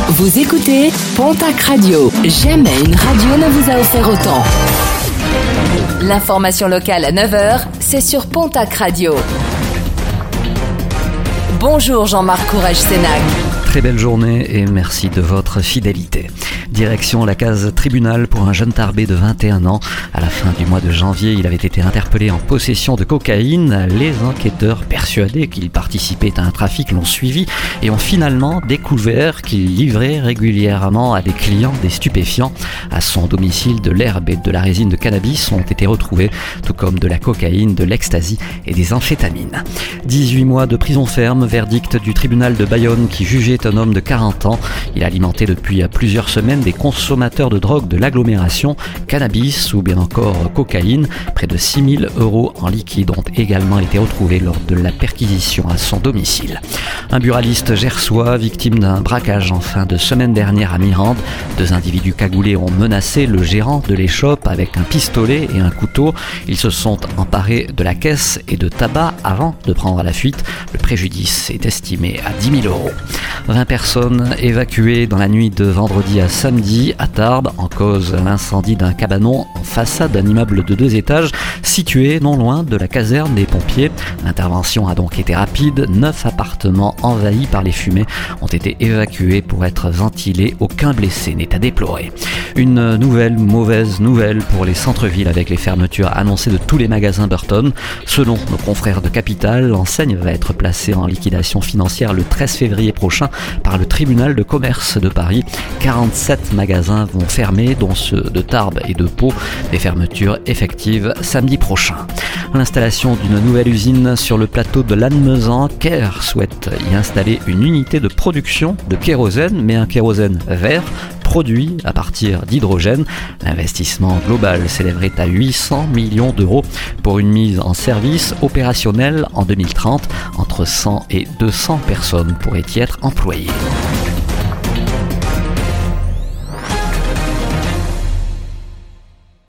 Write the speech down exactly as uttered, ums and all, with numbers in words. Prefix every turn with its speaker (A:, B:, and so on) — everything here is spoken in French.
A: Vous écoutez Pontac Radio. Jamais une radio ne vous a offert autant. L'information locale à neuf heures, c'est sur Pontac Radio. Bonjour Jean-Marc Courage-Sénac.
B: Très belle journée et merci de votre fidélité. Direction la case tribunal pour un jeune Tarbé de vingt et un ans. À la fin du mois de janvier, il avait été interpellé en possession de cocaïne. Les enquêteurs, persuadés qu'il participait à un trafic, l'ont suivi et ont finalement découvert qu'il livrait régulièrement à des clients des stupéfiants. À son domicile, de l'herbe et de la résine de cannabis ont été retrouvés, tout comme de la cocaïne, de l'ecstasy et des amphétamines. dix-huit mois de prison ferme, verdict du tribunal de Bayonne qui jugeait un homme de quarante ans. Il alimentait depuis plusieurs semaines des consommateurs de drogue de l'agglomération, cannabis ou bien encore cocaïne. Près de six mille euros en liquide ont également été retrouvés lors de la perquisition à son domicile. Un buraliste gersois, victime d'un braquage en fin de semaine dernière à Mirande. Deux individus cagoulés ont menacé le gérant de l'échoppe avec un pistolet et un couteau. Ils se sont emparés de la caisse et de tabac avant de prendre la fuite. Le préjudice est estimé à dix mille euros. vingt personnes évacuées dans la nuit de vendredi à samedi à Tarbes, en cause l'incendie d'un cabanon en façade d'un immeuble de deux étages situé non loin de la caserne des pompiers. L'intervention a donc été rapide. Neuf appartements envahis par les fumées ont été évacués pour être ventilés. Aucun blessé n'est à déplorer. Une nouvelle mauvaise nouvelle pour les centres-villes avec les fermetures annoncées de tous les magasins Burton. Selon nos confrères de Capital, l'enseigne va être placée en liquidation financière le treize février prochain par le tribunal de commerce de Paris. quarante-sept magasins vont fermer, dont ceux de Tarbes et de Pau. Des fermetures effectives samedi prochain. L'installation d'une nouvelle usine sur le plateau de Lannemezan. Caire souhaite y installer une unité de production de kérosène, mais un kérosène vert, produit à partir d'hydrogène. L'investissement global s'élèverait à huit cents millions d'euros pour une mise en service opérationnelle en deux mille trente. Entre cent et deux cents personnes pourraient y être employées.